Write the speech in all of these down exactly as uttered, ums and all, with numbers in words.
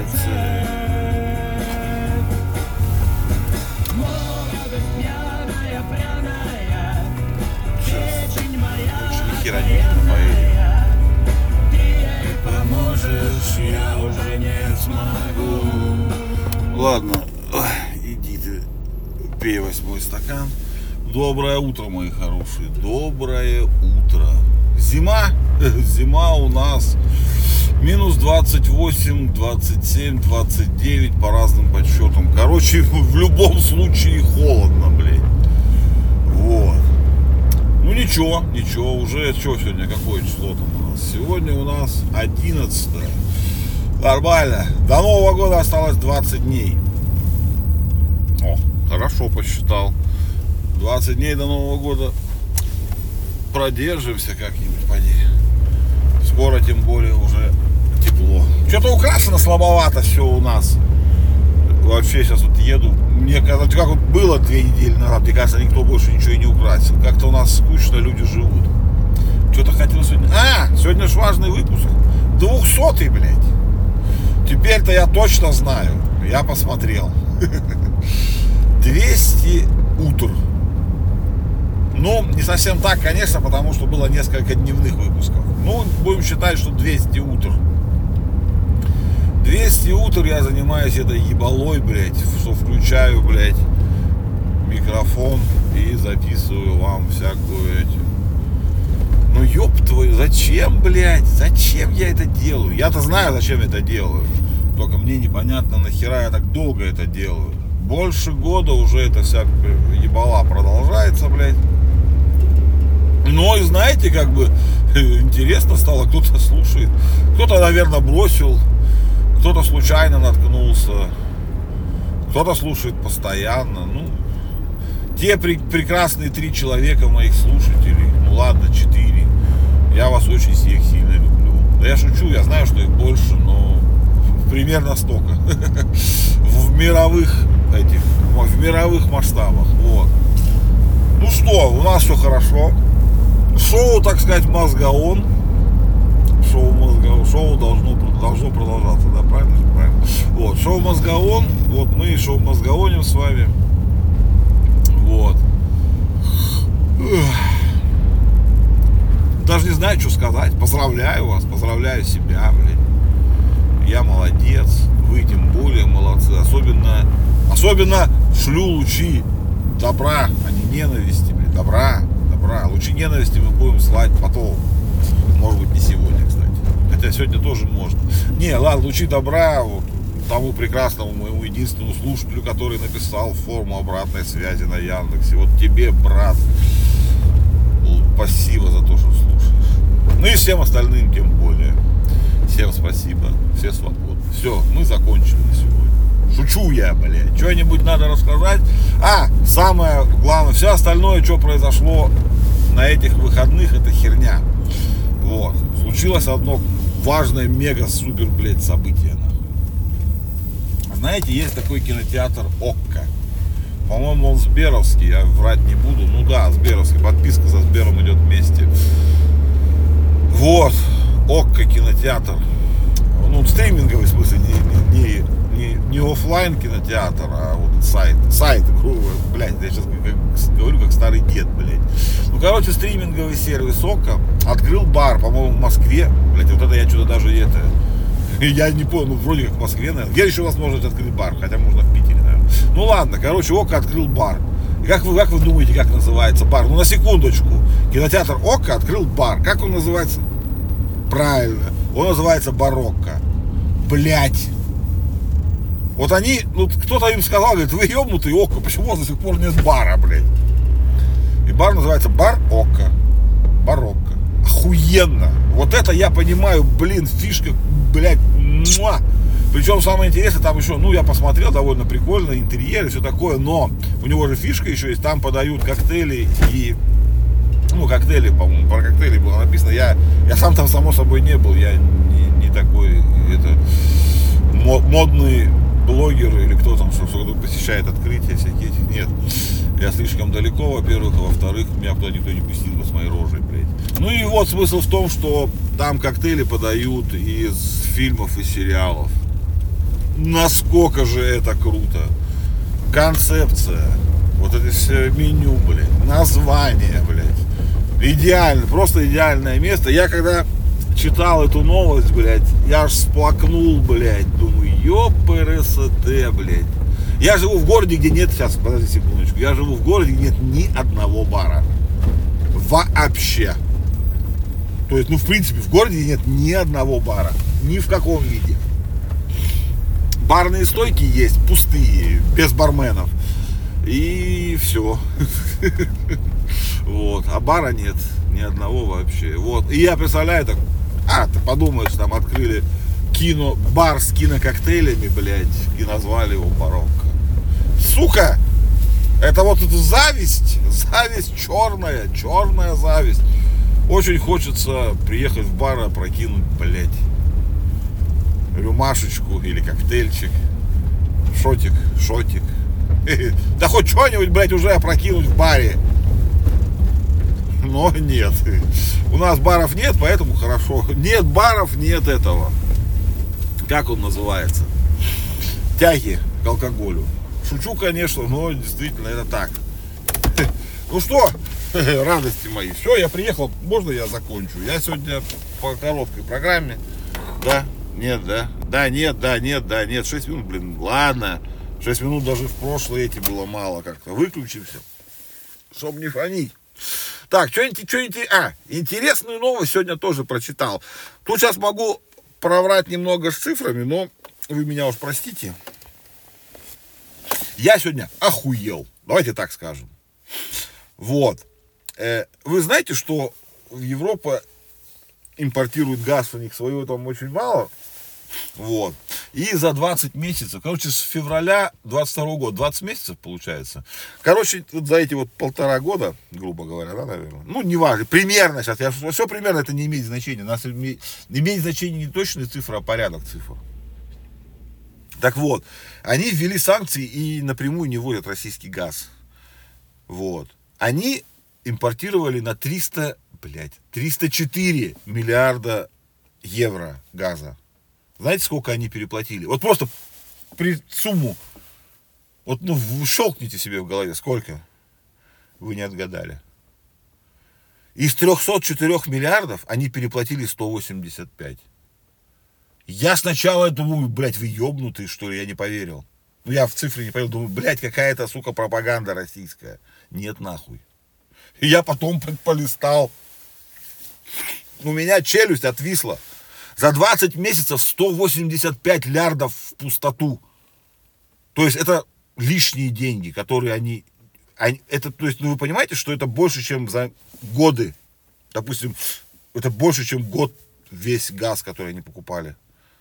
рецепт. Сейчас ни хера не поедем. Поможешь, я уже не смогу. Ладно, иди ты, пей восьмой стакан. Доброе утро, мои хорошие, доброе утро. Зима, зима у нас минус двадцать восемь, двадцать семь, двадцать девять по разным подсчетам. Короче, в любом случае холодно, блядь. Вот. Ну ничего, ничего, уже что сегодня, какое число там у нас? Сегодня у нас одиннадцатое. Нормально. До Нового года осталось двадцать дней. О, хорошо посчитал. двадцать дней до Нового года. Продержимся как-нибудь, поди. Скоро, тем более, уже тепло. Что-то украшено слабовато все у нас. Вообще сейчас вот еду. Мне кажется, как вот было две недели назад, мне кажется, никто больше ничего и не украсил. Как-то у нас скучно люди живут. Что-то хотел сегодня. А, сегодня ж важный выпуск. Двухсотый, блядь. Теперь-то я точно знаю. Я посмотрел. двести утр. Ну, не совсем так, конечно, потому что было несколько дневных выпусков. Ну, будем считать, что двести утр. двести утр я занимаюсь этой ебалой, блядь, что включаю, блядь, микрофон и записываю вам всякую эти. Ну, ёб твою, зачем, блядь, зачем я это делаю? Я-то знаю, зачем я это делаю. Только мне непонятно, нахера я так долго это делаю. Больше года уже эта вся ебала продолжается, блядь. Но и знаете, как бы интересно стало, кто-то слушает. Кто-то, наверное, бросил. Кто-то случайно наткнулся. Кто-то слушает постоянно. Ну, те при- прекрасные три человека моих слушателей. Ну ладно, четыре. Я вас очень всех сильно люблю. Да я шучу, я знаю, что их больше, но примерно столько. В мировых этих, в мировых масштабах. Вот. Ну что, у нас все хорошо. Шоу, так сказать, мозгоон. Шоу мозгоон. Шоу должно, должно продолжаться, да, правильно? Правильно. Вот, шоу мозгоон. Вот мы шоу мозгооним с вами. Вот. Даже не знаю, что сказать. Поздравляю вас, поздравляю себя, блин. Я молодец. Вы тем более молодцы. Особенно, особенно шлю лучи добра, а не ненависти, блин. Добра. Лучи ненависти мы будем слать потом. Может быть, не сегодня, кстати. Хотя сегодня тоже можно. Не, ладно, лучи добра вот, тому прекрасному моему единственному слушателю, который написал форму обратной связи на Яндексе. Вот тебе, брат, спасибо за то, что слушаешь. Ну и всем остальным тем более. Всем спасибо. Все свободны. Все, мы закончили на сегодня. Шучу я, блядь. Что-нибудь надо рассказать. А, самое главное, все остальное, что произошло на этих выходных, это херня. Вот. Случилось одно важное, мега-супер, блядь, событие. Знаете, есть такой кинотеатр Окко. По-моему, он сберовский, я врать не буду. Ну да, сберовский. Подписка со Сбером идет вместе. Вот. Окко кинотеатр. Ну, стриминговый, в смысле, не, не, не Не, не офлайн кинотеатр, а вот сайт. Сайт, грубо, блядь, я сейчас как, говорю как старый дед, блядь. Ну, короче, стриминговый сервис Окко открыл бар, по-моему, в Москве. Блядь, вот это я что-то даже это... Я не понял, ну, вроде как в Москве, наверное. Где еще возможность открыть бар? Хотя можно в Питере, наверное. Ну, ладно, короче, Окко открыл бар. И как вы, как вы думаете, как называется бар? Ну, на секундочку. Кинотеатр Окко открыл бар. Как он называется? Правильно. Он называется Барокко. Блядь. Вот они, ну кто-то им сказал, говорит, вы ебнутый, Окко, почему у вас до сих пор нет бара, блядь? И бар называется Бар Окко. Барокко. Охуенно. Вот это я понимаю, блин, фишка, блядь, муа. Причем самое интересное, там еще, ну я посмотрел, довольно прикольно, интерьер и все такое, но у него же фишка еще есть, там подают коктейли и, ну коктейли, по-моему, про коктейли было написано, я, я сам там само собой не был, я не, не такой, это, модный блогер или кто там, что, что посещает открытия всякие эти, нет, я слишком далеко, во-первых, а во-вторых, меня туда никто не пустил бы с моей рожей, блядь. Ну и вот смысл в том, что там коктейли подают из фильмов и сериалов. насколько же это круто. Концепция, вот это все меню, блядь, название, блядь. Идеально, просто идеальное место. Я когда читал эту новость, блядь, я аж сплакнул, блядь. Думаю, ёпрст, блядь. Я живу в городе, где нет, сейчас, подожди секундочку, я живу в городе, где нет ни одного бара. Вообще. То есть, ну, в принципе, в городе нет ни одного бара. Ни в каком виде. Барные стойки есть, пустые, без барменов. И все. Вот. А бара нет ни одного вообще. Вот. И я представляю так, а, ты подумаешь, там открыли кино, бар с кинококтейлями, блядь, и назвали его Барокко. Сука! Это вот эта зависть, зависть черная, черная зависть. Очень хочется приехать в бар, опрокинуть, блядь, рюмашечку или коктейльчик, шотик, шотик. Да хоть что-нибудь, блядь, уже опрокинуть в баре. Но нет. У нас баров нет, поэтому хорошо. Нет баров, нет этого. Как он называется? Тяги к алкоголю. Шучу, конечно, но действительно это так. Ну что, радости мои. Все, я приехал. Можно я закончу? Я сегодня по короткой программе. Да, нет, да. Да, нет, да, нет, да, нет. шесть минут, блин, ладно. шесть минут даже в прошлые эти было мало как-то. Выключимся, чтобы не фонить. Так, что-нибудь, что-нибудь, а, интересную новость сегодня тоже прочитал. Тут сейчас могу проврать немного с цифрами, но вы меня уж простите. Я сегодня охуел. Давайте так скажем. Вот. Э, вы знаете, что Европа импортирует газ, у них своего там очень мало. Вот. И за двадцать месяцев, короче, с февраля двадцать второго года, двадцать месяцев получается. Короче, вот за эти вот полтора года, грубо говоря, да, наверное. Ну, неважно, примерно сейчас. Я, все примерно это не имеет значения. У нас име, имеет значение не точные цифры, а порядок цифр. Так вот, они ввели санкции и напрямую не вводят российский газ. Вот. Они импортировали на триста, блядь, триста четыре миллиарда евро газа. Знаете, сколько они переплатили? Вот просто при сумму. Вот, ну, щелкните себе в голове, сколько вы не отгадали. Из трехсот четырёх миллиардов они переплатили сто восемьдесят пять. Я сначала думаю, блядь, вы ебнутые, что ли, я не поверил. Ну, я в цифры не поверил, думаю, блядь, какая-то, сука, пропаганда российская. Нет, нахуй. И я потом полистал. У меня челюсть отвисла. За двадцать месяцев сто восемьдесят пять миллиардов в пустоту. То есть это лишние деньги, которые они, они это, то есть, ну вы понимаете, что это больше, чем за годы. Допустим, это больше, чем год весь газ, который они покупали.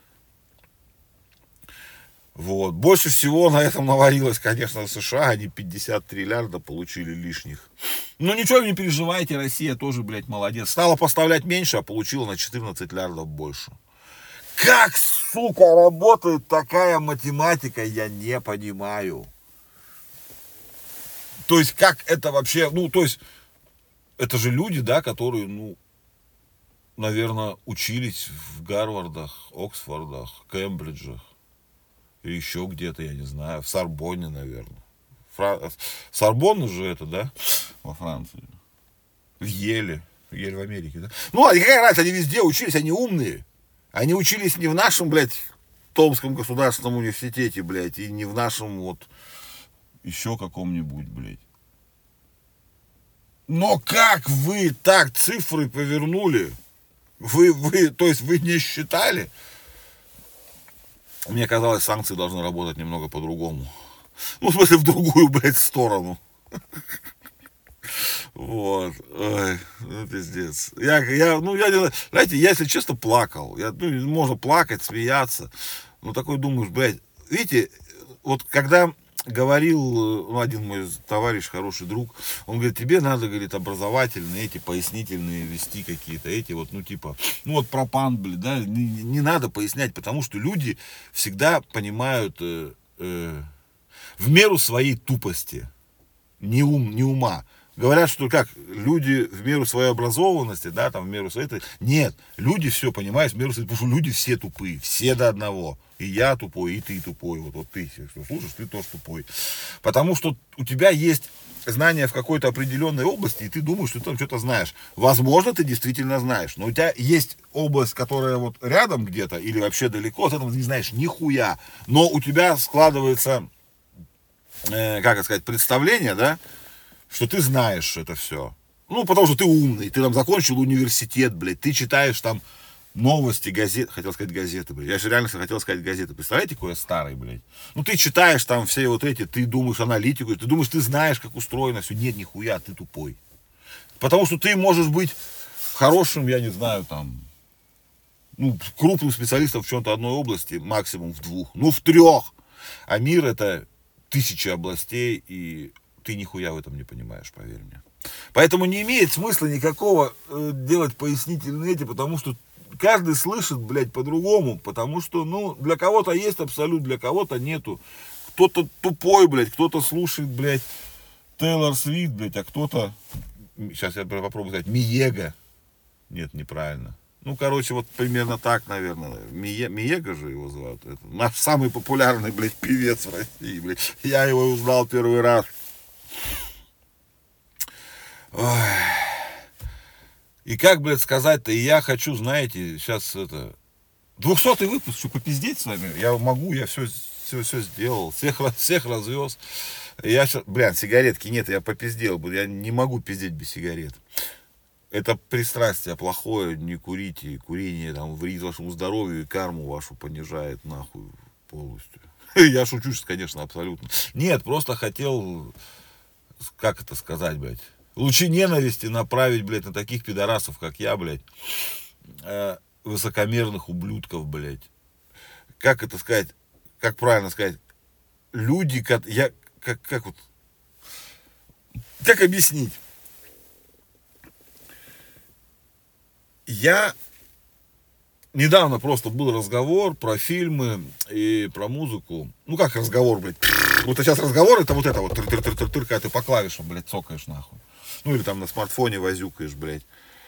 Вот. Больше всего на этом наварилось, конечно, в США. Они пятьдесят три миллиарда получили лишних. Ну ничего, не переживайте, Россия тоже, блядь, молодец. Стала поставлять меньше, а получила на четырнадцать миллиардов больше. Как, сука, работает такая математика, я не понимаю. То есть, как это вообще, ну, то есть, это же люди, да, которые, ну, наверное, учились в Гарвардах, Оксфордах, Кембриджах. И еще где-то, я не знаю, в Сорбонне, наверное. Фра... Сорбонна же это, да, во Франции. В Еле. В Еле в Америке, да. Ну, а какая разница, они везде учились, они умные. Они учились не в нашем, блядь, Томском государственном университете, блядь, и не в нашем, вот, еще каком-нибудь, блядь. Но как вы так цифры повернули? Вы, вы, то есть вы не считали? Мне казалось, санкции должны работать немного по-другому. Ну, в смысле, в другую, блядь, сторону. Вот. Ой, ну, пиздец. Я, я, ну, я, знаете, я, если честно, плакал. Я, ну, можно плакать, смеяться. Ну, такой думаешь, блядь. Видите, вот когда говорил, ну, один мой товарищ, хороший друг, он говорит, тебе надо, говорит, образовательные, эти пояснительные вести какие-то, эти вот, ну, типа, ну, вот про пан, блядь, да, не, не надо пояснять, потому что люди всегда понимают э, э, в меру своей тупости, не, ум, не ума. Говорят, что как, люди в меру своей образованности, да, там, в меру своей... Нет, люди все, понимаешь, в меру своей... Потому что люди все тупые, все до одного. И я тупой, и ты тупой. Вот, вот ты, что слушаешь, ты тоже тупой. Потому что у тебя есть знания в какой-то определенной области, и ты думаешь, что ты там что-то знаешь. Возможно, ты действительно знаешь, но у тебя есть область, которая вот рядом где-то, или вообще далеко, ты там не знаешь нихуя. Но у тебя складывается, э, как это сказать, представление, да, что ты знаешь это все. Ну, потому что ты умный, ты там закончил университет, блядь, ты читаешь там новости, газеты, хотел сказать газеты, блядь, я же реально хотел сказать газеты, представляете, какой я старый, блядь. Ну, ты читаешь там все вот эти, ты думаешь аналитику, ты думаешь, ты знаешь, как устроено все, нет, нихуя, ты тупой. Потому что ты можешь быть хорошим, я не знаю, там, ну, крупным специалистом в чем-то одной области, максимум в двух, ну, в трех, а мир это тысячи областей, и ты нихуя в этом не понимаешь, поверь мне. Поэтому не имеет смысла никакого э, делать пояснительные эти, потому что каждый слышит, блядь, по-другому, потому что, ну, для кого-то есть абсолют, для кого-то нету. Кто-то тупой, блядь, кто-то слушает, блядь, Тейлор Свифт, блядь, а кто-то, сейчас я попробую сказать, Миега. Нет, неправильно. Ну, короче, вот примерно так, наверное. Мие, Миега же его зовут. Это наш самый популярный, блядь, певец в России, блядь. Я его узнал первый раз. Ой. И как, блядь, сказать-то, и я хочу, знаете, сейчас это, двухсотый выпуск, что попиздеть с вами, я могу, я все, все, все сделал, всех, всех развез. Я сейчас, блядь, сигаретки нет, я попиздел, я не могу пиздеть без сигарет. Это пристрастие плохое, не курите, курение там вредит вашему здоровью и карму вашу понижает нахуй полностью. Я шучу сейчас, конечно, абсолютно. Нет, просто хотел, как это сказать, блядь, лучи ненависти направить, блядь, на таких пидорасов, как я, блядь, э, высокомерных ублюдков, блядь. Как это сказать, как правильно сказать, люди, как, я, как, как вот, как объяснить? Я недавно просто был разговор про фильмы и про музыку. Ну как разговор, блядь? Вот сейчас разговор, это вот это вот, тыр-тыр-тыр-тыр, когда ты по клавишам, блядь, цокаешь нахуй. Ну или там на смартфоне возюкаешь, блядь.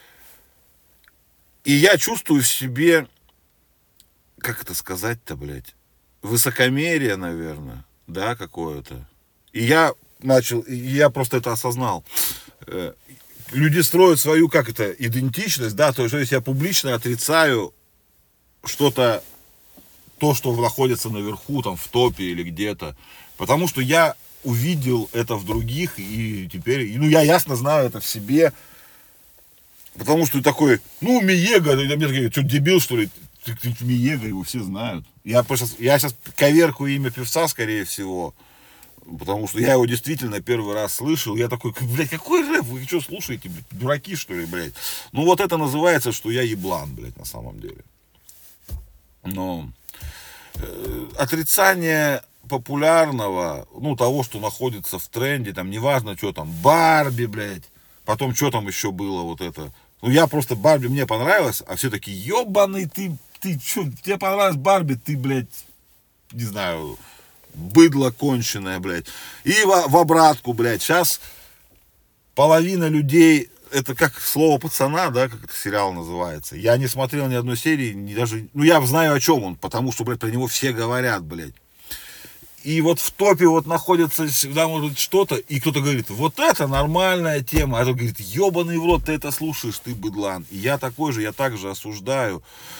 И я чувствую в себе, как это сказать-то, блядь, высокомерие, наверное, да, какое-то. И я начал, и я просто это осознал. Люди строят свою, как это, идентичность, да, то есть если я публично отрицаю что-то, то, что находится наверху, там, в топе или где-то, потому что я увидел это в других, и теперь, ну, я ясно знаю это в себе, потому что такой, ну, Миега, мне такие, что, дебил, что ли, ты, ты Миега, его все знают. Я, я сейчас коверкаю имя певца, скорее всего, потому что я его действительно первый раз слышал. Я такой, блядь, какой рэп? Вы что слушаете, блядь, дураки, что ли, блядь? Ну, вот это называется, что я еблан, блядь, на самом деле. Но э, отрицание популярного, ну, того, что находится в тренде, там, неважно, что там, Барби, блядь, потом, что там еще было, вот это. Ну, я просто, Барби мне понравилось, а все таки ебаный ты, ты, что, тебе понравилась Барби, ты, блядь, не знаю... Быдло конченое, блядь. И в, в обратку, блядь. Сейчас половина людей, это как слово пацана, да, как это сериал называется. Я не смотрел ни одной серии, ни даже, ну я знаю о чем он, потому что, блядь, про него все говорят, блядь. И вот в топе вот находится всегда может что-то, и кто-то говорит, вот это нормальная тема, а тот говорит, ебаный в рот, ты это слушаешь, ты быдлан. И я такой же, я также осуждаю.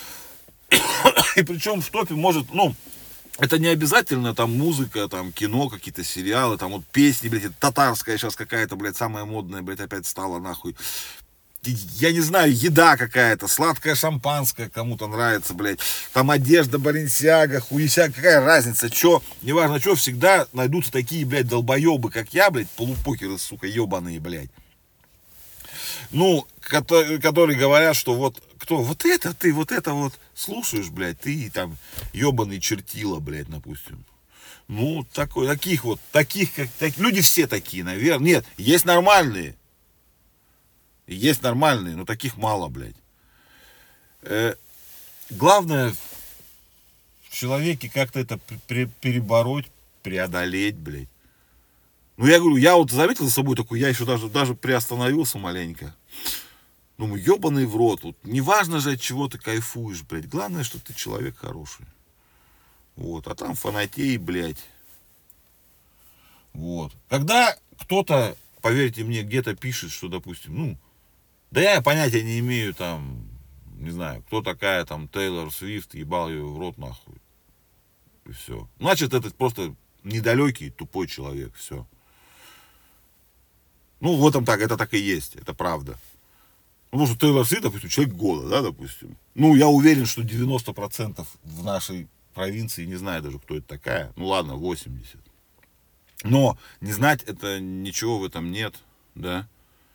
И причем в топе может, ну, это не обязательно там музыка, там кино, какие-то сериалы, там вот песни, блядь, татарская сейчас какая-то, блядь, самая модная, блядь, опять стала нахуй. Я не знаю, еда какая-то, сладкое шампанское кому-то нравится, блядь. Там одежда, Баленсиага, хуйся, какая разница, чё, неважно чё, всегда найдутся такие, блядь, долбоебы, как я, блядь, полупокеры, сука, ебаные, блядь. Ну, которые, которые говорят, что вот, кто, вот это ты, вот это вот слушаешь, блядь, ты там ебаный чертила, блядь, допустим. Ну, такой, таких вот, таких, как, так, люди все такие, наверное. Нет, есть нормальные. Есть нормальные, но таких мало, блядь. Э, главное в человеке как-то это перебороть, преодолеть, блядь. Ну, я говорю, я вот заметил за собой такой, я еще даже, даже приостановился маленько. Думаю, ебаный в рот. Вот, неважно же, от чего ты кайфуешь, блядь. Главное, что ты человек хороший. Вот. А там фанатей, блядь. Вот. Когда кто-то, поверьте мне, где-то пишет, что, допустим, ну, да я понятия не имею, там, не знаю, кто такая, там, Тейлор Свифт, ебал ее в рот, нахуй. И все. Значит, это просто недалекий, тупой человек, все. Ну, в этом так, это так и есть, это правда. Потому что Тейлор Свифт, допустим, человек года, да, допустим. Ну, я уверен, что девяносто процентов в нашей провинции не знаю даже, кто это такая. Ну, ладно, восемьдесят процентов. Но не знать, это ничего в этом нет, да.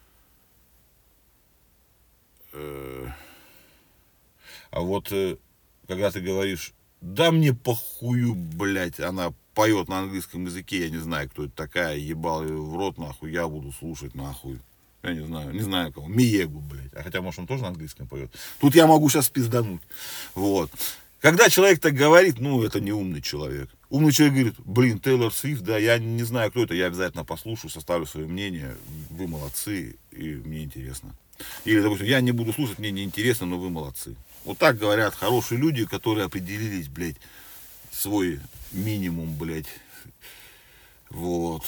А вот когда ты говоришь, да мне похую, блядь, она поет на английском языке, я не знаю, кто это такая, ебал ее в рот, нахуй, я буду слушать, нахуй. Я не знаю, не знаю кого. Миегу, блядь. А хотя, может, он тоже на английском поет. Тут я могу сейчас пиздануть. Вот. Когда человек так говорит, ну, это не умный человек. Умный человек говорит, блин, Тейлор Свифт, да, я не знаю, кто это, я обязательно послушаю, составлю свое мнение, вы молодцы, и мне интересно. Или, допустим, я не буду слушать, мне не интересно, но вы молодцы. Вот так говорят хорошие люди, которые определились, блядь, свой минимум, блядь. Вот.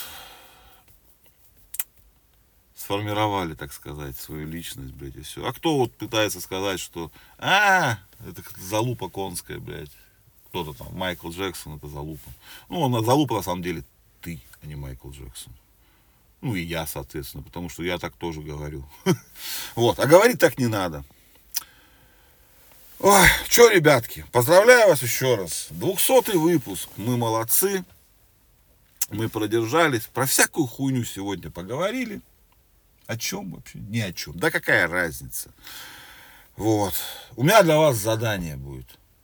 Сформировали, так сказать, свою личность, блядь, и все. А кто вот пытается сказать, что, а, это залупа конская, блядь. Кто-то там, Майкл Джексон, это залупа. Ну, он залупа, на самом деле, ты, а не Майкл Джексон. Ну, и я, соответственно, потому что я так тоже говорю. Вот, а говорить так не надо. Ой, что, ребятки, поздравляю вас еще раз. двухсотый выпуск, мы молодцы. Мы продержались, про всякую хуйню сегодня поговорили. О чем вообще? Ни о чем. Да какая разница? Вот. У меня для вас задание будет.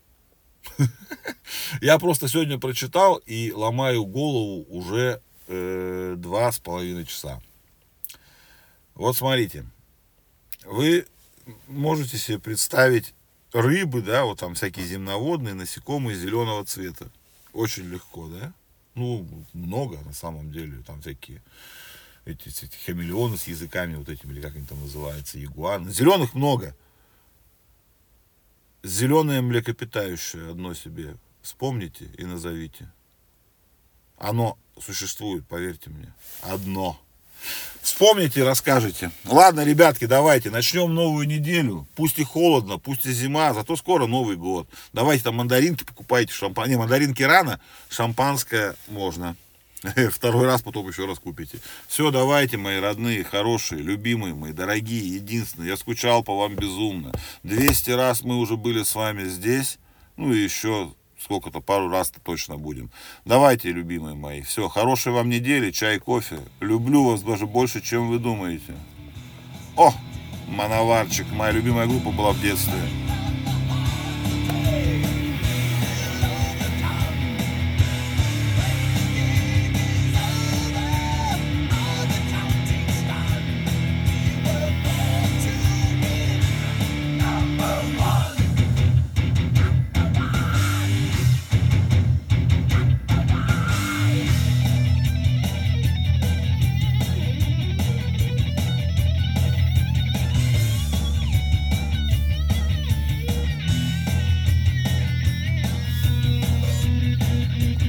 Я просто сегодня прочитал и ломаю голову уже э, два с половиной часа. Вот смотрите. Вы можете себе представить рыбы, да, вот там всякие земноводные, насекомые зеленого цвета. Очень легко, да? Ну, много на самом деле. Там всякие эти, эти хамелеоны с языками вот этими, или как они там называются, ягуаны. Зеленых много. Зеленое млекопитающее одно себе вспомните и назовите. Оно существует, поверьте мне. Одно. Вспомните и расскажете. Ладно, ребятки, давайте начнем новую неделю. Пусть и холодно, пусть и зима, зато скоро Новый год. Давайте там мандаринки покупайте, шампан... Не, мандаринки рано, шампанское можно. Второй раз потом еще раз купите. Все, давайте, мои родные, хорошие, любимые мои, дорогие, единственные. Я скучал по вам безумно. двести раз мы уже были с вами здесь. Ну и еще сколько-то, пару раз-то точно будем. Давайте, любимые мои. Все, хорошей вам недели, чай, кофе. Люблю вас даже больше, чем вы думаете. О, Мановарчик, моя любимая группа была в детстве.